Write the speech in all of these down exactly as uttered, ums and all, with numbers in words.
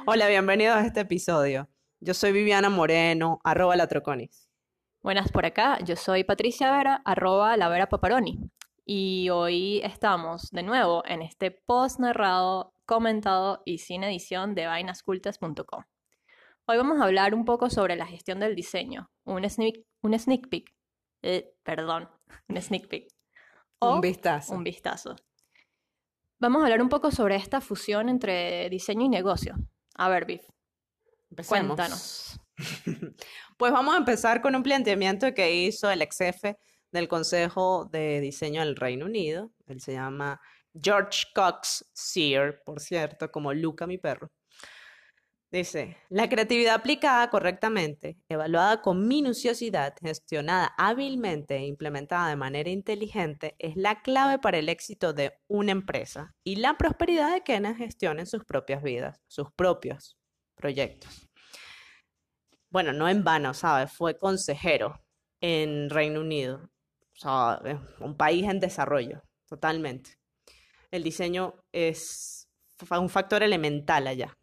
Hola, bienvenidos a este episodio. Yo soy Viviana Moreno, arroba la Troconis. Buenas por acá, yo soy Patricia Vera, arroba la Vera Paparoni. Y hoy estamos de nuevo en este post narrado, comentado y sin edición de vainascultas punto com. Hoy vamos a hablar un poco sobre la gestión del diseño, un sneak, un sneak peek, eh, perdón, un sneak peek, Un o vistazo. un vistazo. Vamos a hablar un poco sobre esta fusión entre diseño y negocio. A ver, Viv, Empecemos. cuéntanos. Pues vamos a empezar con un planteamiento que hizo el ex jefe del Consejo de Diseño del Reino Unido. Él se llama George Cox Sear, por cierto, como Luca, mi perro. Dice, la creatividad aplicada correctamente, evaluada con minuciosidad, gestionada hábilmente e implementada de manera inteligente es la clave para el éxito de una empresa y la prosperidad de quienes gestionen sus propias vidas, sus propios proyectos. Bueno, no en vano, ¿sabes? Fue consejero en Reino Unido, o sea, es un país en desarrollo, totalmente. El diseño es un factor elemental allá.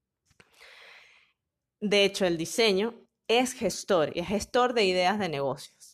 De hecho, el diseño es gestor y es gestor de ideas de negocios.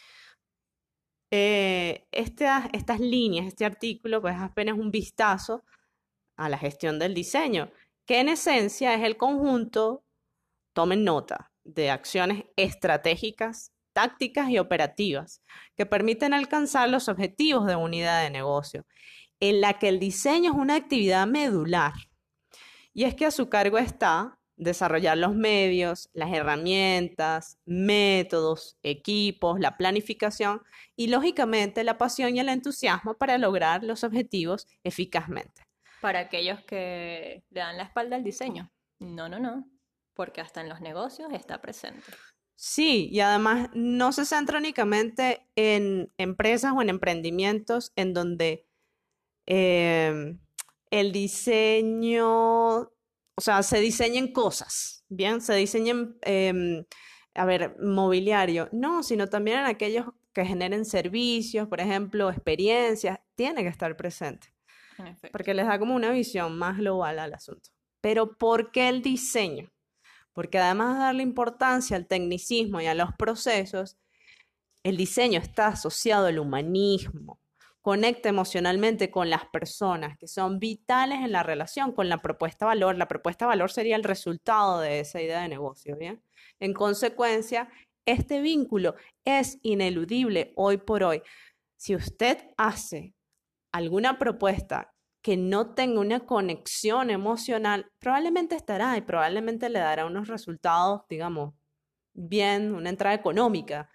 Eh, estas, estas líneas, este artículo, pues apenas un vistazo a la gestión del diseño, que en esencia es el conjunto, tomen nota, de acciones estratégicas, tácticas y operativas que permiten alcanzar los objetivos de una unidad de negocio, en la que el diseño es una actividad medular. Y es que a su cargo está desarrollar los medios, las herramientas, métodos, equipos, la planificación y, lógicamente, la pasión y el entusiasmo para lograr los objetivos eficazmente. Para aquellos que le dan la espalda al diseño. No, no, no, porque hasta en los negocios está presente. Sí, y además no se centra únicamente en empresas o en emprendimientos en donde eh, el diseño, o sea, se diseñen cosas, ¿bien? Se diseñen, eh, a ver, mobiliario, no, sino también en aquellos que generen servicios, por ejemplo, experiencias, tiene que estar presente, En efecto. porque les da como una visión más global al asunto. Pero ¿por qué el diseño? Porque además de darle importancia al tecnicismo y a los procesos, el diseño está asociado al humanismo, conecta emocionalmente con las personas que son vitales en la relación con la propuesta de valor. La propuesta de valor sería el resultado de esa idea de negocio, ¿bien? En consecuencia, este vínculo es ineludible hoy por hoy. Si usted hace alguna propuesta que no tenga una conexión emocional, probablemente estará y probablemente le dará unos resultados, digamos, bien, una entrada económica,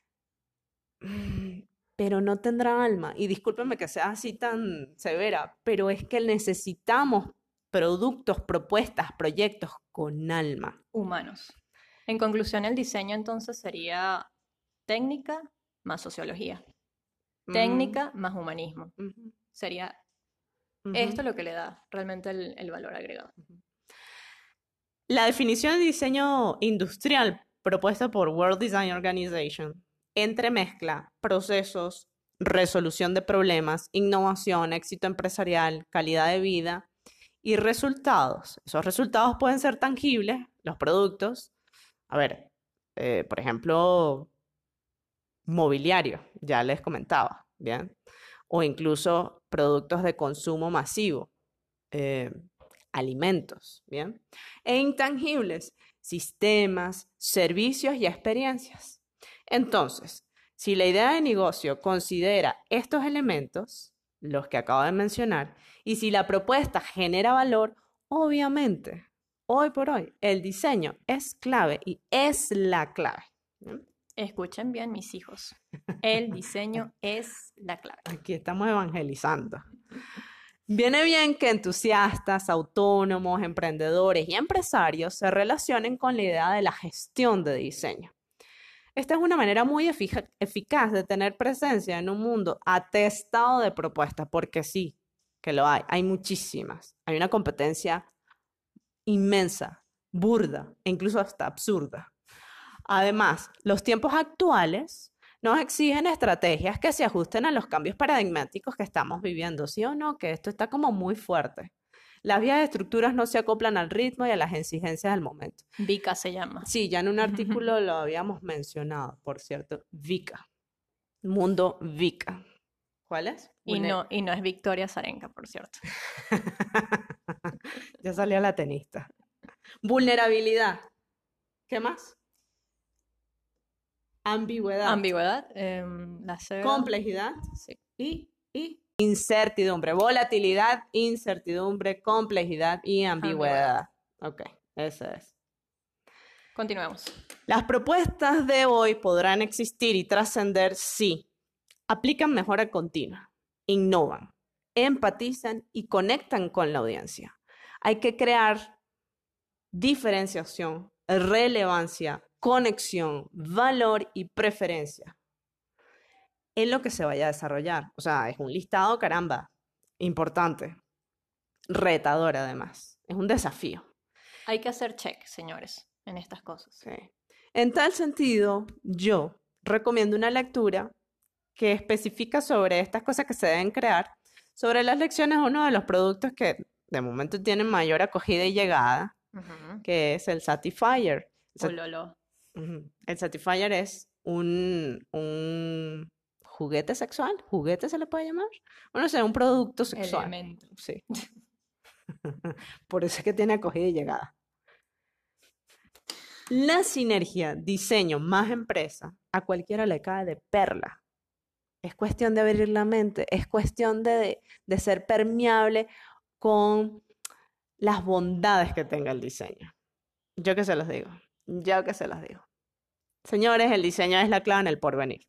pero no tendrá alma. Y discúlpeme que sea así tan severa, pero es que necesitamos productos, propuestas, proyectos con alma. Humanos. En conclusión, el diseño entonces sería técnica más sociología. Técnica Mm, más humanismo. ujú, Sería ujú. esto lo que le da realmente el, el valor agregado. La definición de diseño industrial propuesta por World Design Organization entremezcla procesos, resolución de problemas, innovación, éxito empresarial, calidad de vida y resultados. Esos resultados pueden ser tangibles, los productos. A ver, eh, por ejemplo, mobiliario, ya les comentaba, ¿bien? O incluso productos de consumo masivo, eh, alimentos, ¿bien? E intangibles, sistemas, servicios y experiencias. Entonces, si la idea de negocio considera estos elementos, los que acabo de mencionar, y si la propuesta genera valor, obviamente, hoy por hoy, el diseño es clave y es la clave. ¿Bien? Escuchen bien, mis hijos. El diseño es la clave. Aquí estamos evangelizando. Viene bien que entusiastas, autónomos, emprendedores y empresarios se relacionen con la idea de la gestión de diseño. Esta es una manera muy efic- eficaz de tener presencia en un mundo atestado de propuestas, porque sí, que lo hay, hay muchísimas. Hay una competencia inmensa, burda e incluso hasta absurda. Además, los tiempos actuales nos exigen estrategias que se ajusten a los cambios paradigmáticos que estamos viviendo, ¿sí o no? Que esto está como muy fuerte. Las viejas estructuras no se acoplan al ritmo y a las exigencias del momento. VICA se llama. Sí, ya en un artículo lo habíamos mencionado, por cierto. VICA. Mundo VICA. ¿Cuál es? Y Vulne- no, y no es Victoria Zarenka, por cierto. Ya salió la tenista. Vulnerabilidad. ¿Qué más? Ambigüedad. Ambigüedad, em, la C. Complejidad. Sí. Y, y incertidumbre. Volatilidad, incertidumbre, complejidad y ambigüedad. Ok, eso es. Continuemos. Las propuestas de hoy podrán existir y trascender si aplican mejora continua, innovan, empatizan y conectan con la audiencia. Hay que crear diferenciación, relevancia, conexión, valor y preferencia en lo que se vaya a desarrollar. O sea, es un listado, caramba, importante, retador además. Es un desafío. Hay que hacer check, señores, en estas cosas. Sí. En tal sentido, yo recomiendo una lectura que especifica sobre estas cosas que se deben crear. Sobre las lecciones, uno de los productos que de momento tienen mayor acogida y llegada, Ujú. que es el Satisfyer. El, Sat- Ololo. Ujú. El Satisfyer es un, un juguete sexual. ¿Juguete se le puede llamar? Bueno, o sea, un producto sexual. Elemento. Sí. Por eso es que tiene acogida y llegada. La sinergia diseño más empresa a cualquiera le cae de perla. Es cuestión de abrir la mente, es cuestión de, de ser permeable con las bondades que tenga el diseño. Yo que se los digo, yo que se los digo. Señores, el diseño es la clave en el porvenir.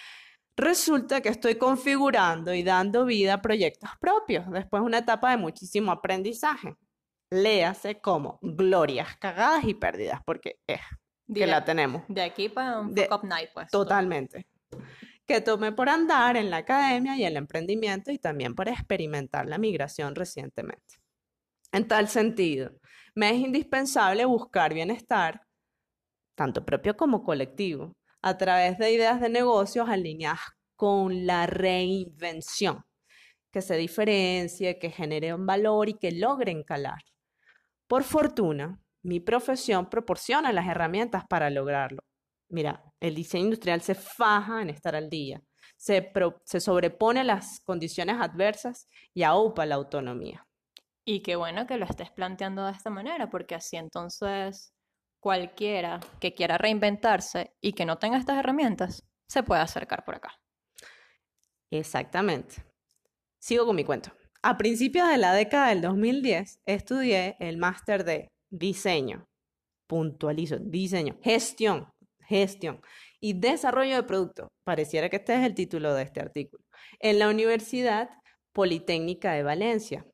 Resulta que estoy configurando y dando vida a proyectos propios, después de una etapa de muchísimo aprendizaje. Léase como glorias, cagadas y pérdidas, porque es que Direct- la tenemos. De aquí para un De- fuck up night, pues. Totalmente. Que tomé por andar en la academia y el emprendimiento y también por experimentar la migración recientemente. En tal sentido, me es indispensable buscar bienestar, tanto propio como colectivo, a través de ideas de negocios alineadas con la reinvención, que se diferencie, que genere un valor y que logren calar. Por fortuna, mi profesión proporciona las herramientas para lograrlo. Mira, el diseño industrial se faja en estar al día, se, pro- se sobrepone a las condiciones adversas y aupa la autonomía. Y qué bueno que lo estés planteando de esta manera, porque así entonces cualquiera que quiera reinventarse y que no tenga estas herramientas se puede acercar por acá. Exactamente. Sigo con mi cuento. A principios de la década del dos mil diez, estudié el máster de diseño, puntualizo, diseño, gestión, gestión y desarrollo de producto. Pareciera que este es el título de este artículo. En la Universidad Politécnica de Valencia.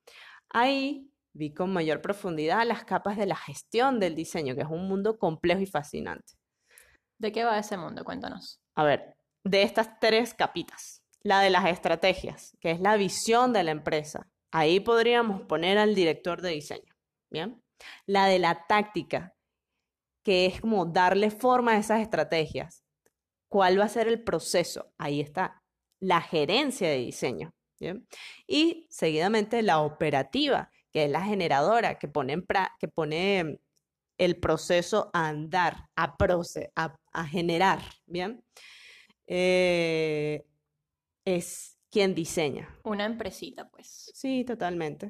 Ahí vi con mayor profundidad las capas de la gestión del diseño, que es un mundo complejo y fascinante. ¿De qué va ese mundo? Cuéntanos. A ver, de estas tres capitas, la de las estrategias, que es la visión de la empresa. Ahí podríamos poner al director de diseño, ¿bien? La de la táctica, que es como darle forma a esas estrategias. ¿Cuál va a ser el proceso? Ahí está la gerencia de diseño, ¿bien? Y seguidamente la operativa, que es la generadora, que pone, en pra- que pone el proceso a andar, a, proce- a, a generar, ¿bien? Eh, es quien diseña. Una empresita, pues. Sí, totalmente.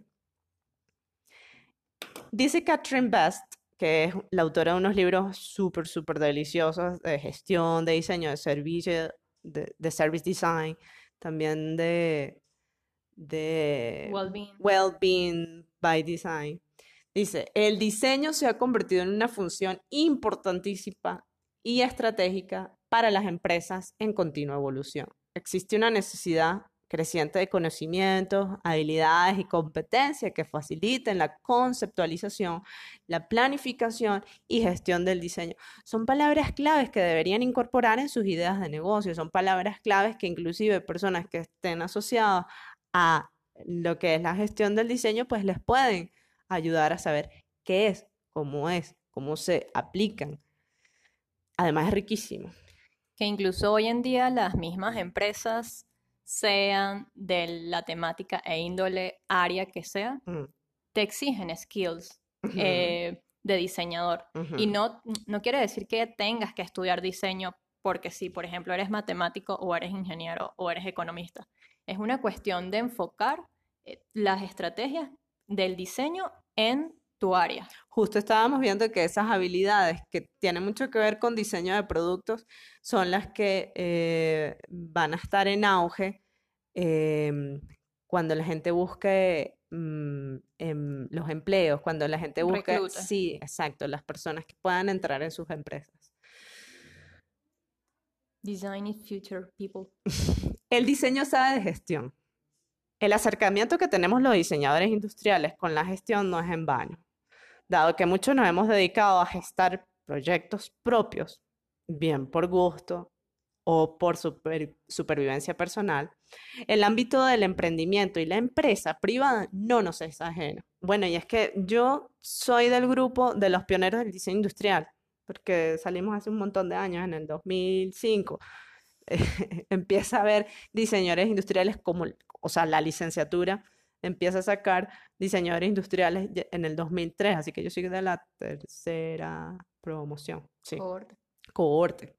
Dice Catherine Best, que es la autora de unos libros súper, súper deliciosos de gestión, de diseño, de servicio, de, de service design, también de, de Well-being. well-being by design. Dice, el diseño se ha convertido en una función importantísima y estratégica para las empresas en continua evolución. Existe una necesidad creciente de conocimientos, habilidades y competencias que faciliten la conceptualización, la planificación y gestión del diseño. Son palabras claves que deberían incorporar en sus ideas de negocio, son palabras claves que inclusive personas que estén asociadas a lo que es la gestión del diseño, pues les pueden ayudar a saber qué es, cómo es, cómo se aplican. Además es riquísimo. Que incluso hoy en día las mismas empresas, sean de la temática e índole área que sea, Mm. te exigen skills Ujú, eh, de diseñador. ujú. Y no, no quiere decir que tengas que estudiar diseño porque si, por ejemplo, eres matemático o eres ingeniero o eres economista. Es una cuestión de enfocar eh, las estrategias del diseño en tu área. Justo estábamos viendo que esas habilidades que tienen mucho que ver con diseño de productos son las que eh, van a estar en auge em, cuando la gente busque mm, em, los empleos, cuando la gente busque, Recluta. sí, exacto, las personas que puedan entrar en sus empresas. Design is future people. El diseño sabe de gestión. El acercamiento que tenemos los diseñadores industriales con la gestión no es en vano, dado que muchos nos hemos dedicado a gestar proyectos propios, bien por gusto o por super- supervivencia personal. El ámbito del emprendimiento y la empresa privada no nos es ajeno. Bueno, y es que yo soy del grupo de los pioneros del diseño industrial, porque salimos hace un montón de años, en el dos mil cinco. Empieza a haber diseñadores industriales como, o sea, la licenciatura empieza a sacar diseñadores industriales ya- en el dos mil tres, así que yo soy de la tercera promoción, sí, Cohorte. cohorte.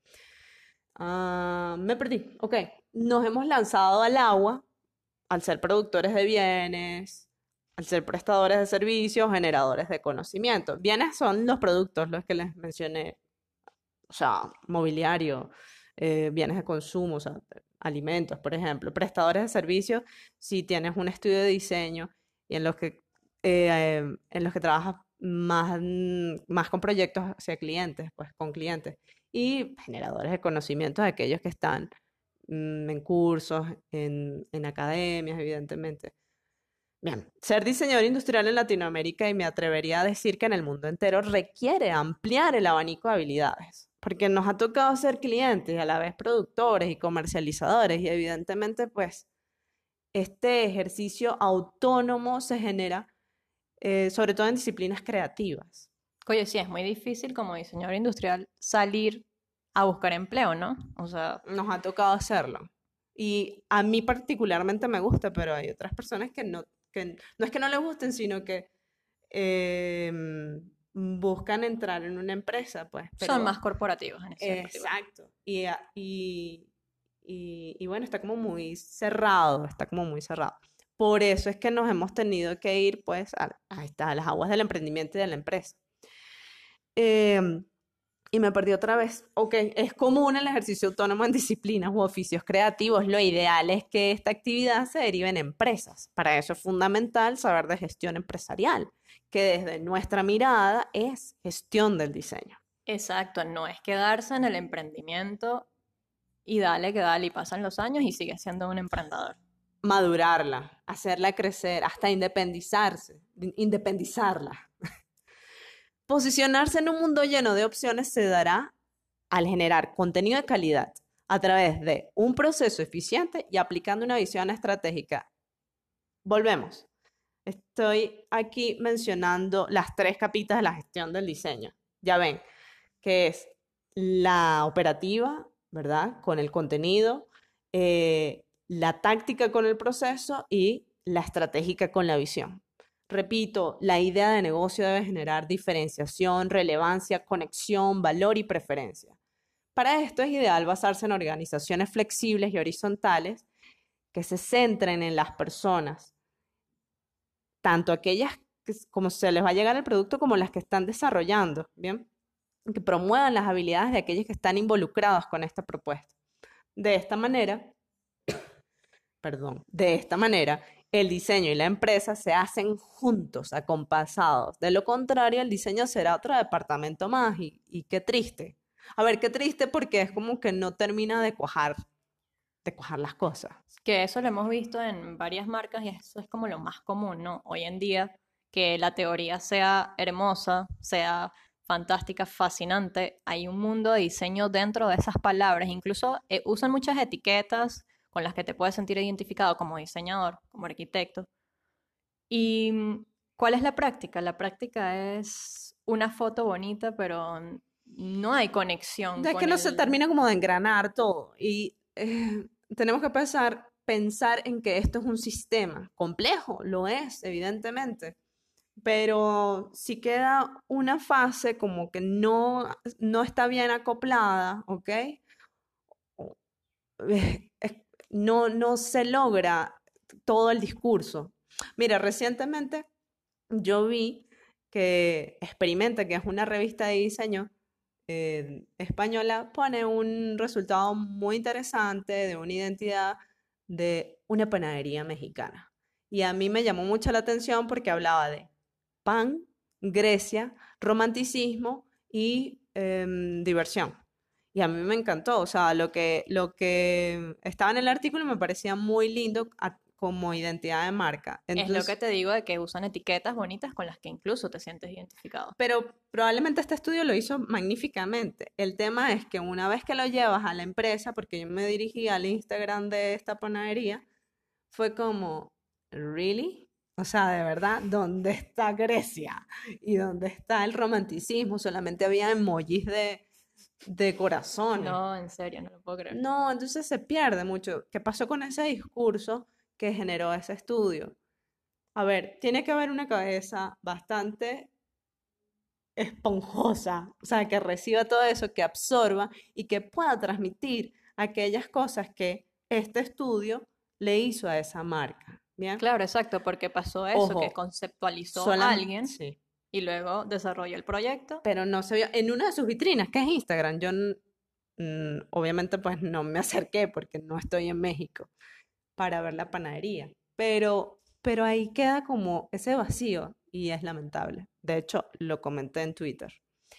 Ah, me perdí, ok. Nos hemos lanzado al agua al ser productores de bienes, al ser prestadores de servicios, generadores de conocimiento. Bienes son los productos, los que les mencioné, o sea, mobiliario, eh, bienes de consumo, o sea, alimentos, por ejemplo. Prestadores de servicios, si tienes un estudio de diseño y en los que, eh, en los que trabajas más, mm, más con proyectos hacia clientes, pues con clientes. Y generadores de conocimientos, aquellos que están mm, en cursos, en, en academias, evidentemente. Bien, ser diseñador industrial en Latinoamérica y me atrevería a decir que en el mundo entero requiere ampliar el abanico de habilidades, porque nos ha tocado ser clientes y a la vez productores y comercializadores y evidentemente pues este ejercicio autónomo se genera eh, sobre todo en disciplinas creativas. Oye, sí, es muy difícil como diseñador industrial salir a buscar empleo, ¿no? O sea, Nos ha tocado hacerlo. Y a mí particularmente me gusta, pero hay otras personas que no, que no es que no les gusten, sino que em, buscan entrar en una empresa, pues, son pero más corporativos en ese particular. exacto. Y, a- y, y, y bueno, está como muy cerrado, está como muy cerrado. Por eso es que nos hemos tenido que ir, pues, a, a, esta- a las aguas del emprendimiento y de la empresa. Em, y me perdí otra vez. Ok, es común el ejercicio autónomo en disciplinas u oficios creativos. Lo ideal es que esta actividad se derive en empresas. Para eso es fundamental saber de gestión empresarial, que desde nuestra mirada es gestión del diseño. Exacto, no es quedarse en el emprendimiento y dale que dale y pasan los años y sigue siendo un emprendedor. Madurarla, hacerla crecer, hasta independizarse, independizarla. Posicionarse en un mundo lleno de opciones se dará al generar contenido de calidad a través de un proceso eficiente y aplicando una visión estratégica. Volvemos. Estoy aquí mencionando las tres capitas de la gestión del diseño. Ya ven, que es la operativa, ¿verdad? Con el contenido, eh, la táctica con el proceso y la estratégica con la visión. Repito, la idea de negocio debe generar diferenciación, relevancia, conexión, valor y preferencia. Para esto es ideal basarse en organizaciones flexibles y horizontales que se centren en las personas, tanto aquellas que, como se les va a llegar el producto como las que están desarrollando, ¿bien? Que promuevan las habilidades de aquellos que están involucrados con esta propuesta. De esta manera, perdón, de esta manera, el diseño y la empresa se hacen juntos, acompasados. De lo contrario, el diseño será otro departamento más y, y qué triste. A ver, qué triste porque es como que no termina de cuajar, de cuajar las cosas. Que eso lo hemos visto en varias marcas y eso es como lo más común, ¿no? Hoy en día, que la teoría sea hermosa, sea fantástica, fascinante, hay un mundo de diseño dentro de esas palabras. Incluso eh, usan muchas etiquetas con las que te puedes sentir identificado como diseñador, como arquitecto. ¿Y mm, cuál es la práctica? La práctica es una foto bonita, pero n- no hay conexión De que con no se el... termina como de engranar todo y eh, tenemos que pensar, pensar en que esto es un sistema complejo, lo es, evidentemente, pero sí queda una fase como que no, no está bien acoplada, ¿ok? O- eh, es- No, no se logra todo el discurso. Mira, recientemente yo vi que Experimenta, que es una revista de diseño eh, española, pone un resultado muy interesante de una identidad de una panadería mexicana. Y a mí me llamó mucho la atención porque hablaba de pan, Grecia, romanticismo y em, diversión. Y a mí me encantó, o sea, lo que, lo que estaba en el artículo me parecía muy lindo a- como identidad de marca. Es lo que Entonces, te digo de que usan etiquetas bonitas con las que incluso te sientes identificado. pero probablemente este estudio lo hizo magníficamente. El tema es que una vez que lo llevas a la empresa, porque yo me dirigí al Instagram de esta panadería, fue como, ¿really? O sea, de verdad, ¿dónde está Grecia? ¿Y dónde está el romanticismo? Solamente había emojis de, de corazones. No, en serio, no lo puedo creer. No, entonces se pierde mucho. ¿Qué pasó con ese discurso que generó ese estudio? A ver, tiene que haber una cabeza bastante esponjosa, o sea, que reciba todo eso, que absorba y que pueda transmitir aquellas cosas que este estudio le hizo a esa marca. ¿Bien? Claro, exacto, porque pasó eso, que Ojo, conceptualizó a solam- alguien sí, y luego desarrolló el proyecto. pero no se vio en una de sus vitrinas, que es Instagram. Yo n- mm, obviamente pues no me acerqué porque no estoy en México para ver la panadería, pero, pero ahí queda como ese vacío y es lamentable. De hecho, lo comenté en Twitter.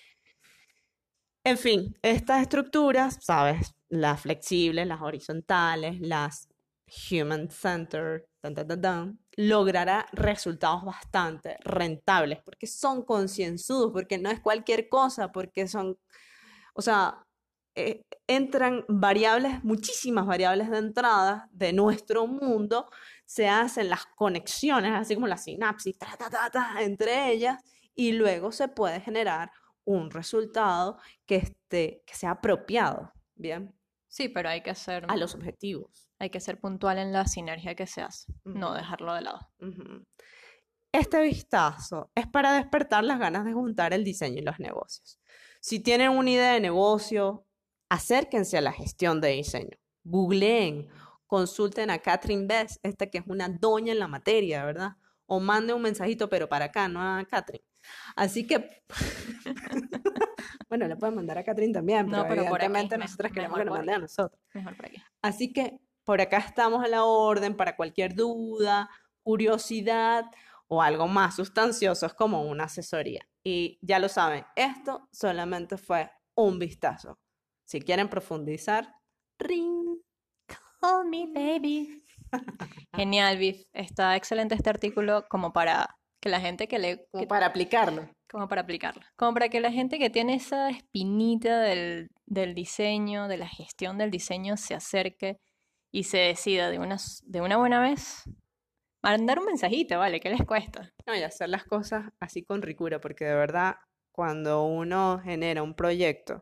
En fin, estas estructuras, ¿sabes? Las flexibles, las horizontales, las human-centered, tan, tan, tan, tan, logrará resultados bastante rentables porque son concienzudos, porque no es cualquier cosa, porque son, o sea, eh, entran variables, muchísimas variables de entrada de nuestro mundo, se hacen las conexiones, así como la sinapsis, ta, ta, ta, ta, entre ellas, y luego se puede generar un resultado que, esté, que sea apropiado, ¿bien? Sí, pero hay que ser, A los objetivos. hay que ser puntual en la sinergia que se hace, no Ujú, dejarlo de lado. ujú. Este vistazo es para despertar las ganas de juntar el diseño y los negocios. Si tienen una idea de negocio, acérquense a la gestión de diseño. Googleen, consulten a Catherine Bess, esta que es una doña en la materia, ¿verdad? O manden un mensajito, pero para acá, no a Catherine. Así que, bueno, le pueden mandar a Catherine también, pero No, pero por aquí, evidentemente me- nosotros queremos que mejor nos por manden a aquí, nosotros. mejor por aquí. Así que por acá estamos a la orden para cualquier duda, curiosidad o algo más sustancioso, es como una asesoría. Y ya lo saben, esto solamente fue un vistazo. Si quieren profundizar, ring. Call me baby. Genial, Viv. Está excelente este artículo como para que la gente que le, Como que- para aplicarlo. como para aplicarlo. Como para que la gente que tiene esa espinita del, del diseño, de la gestión del diseño, se acerque y se decida de una, s- de una buena vez. Mandar un mensajito, ¿vale? ¿Qué les cuesta? No, y hacer las cosas así con ricura, porque de verdad, cuando uno genera un proyecto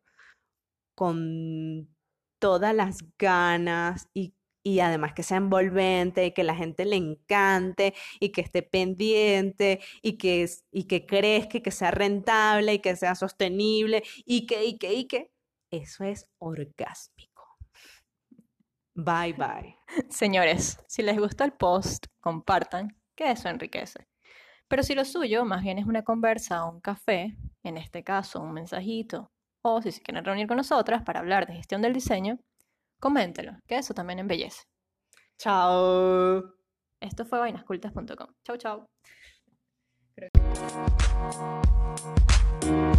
con todas las ganas y, y además que sea envolvente y que la gente le encante y que esté pendiente y que, es- y que crezca y que sea rentable y que sea sostenible y que, y que, y que, eso es orgásmico. Bye bye. Señores, si les gusta el post, compartan, que eso enriquece. Pero si lo suyo más bien es una conversa o un café, en este caso un mensajito, o si se quieren reunir con nosotras para hablar de gestión del diseño, coméntelo, que eso también embellece. Chao. Esto fue vainascultas punto com. Chau, chau.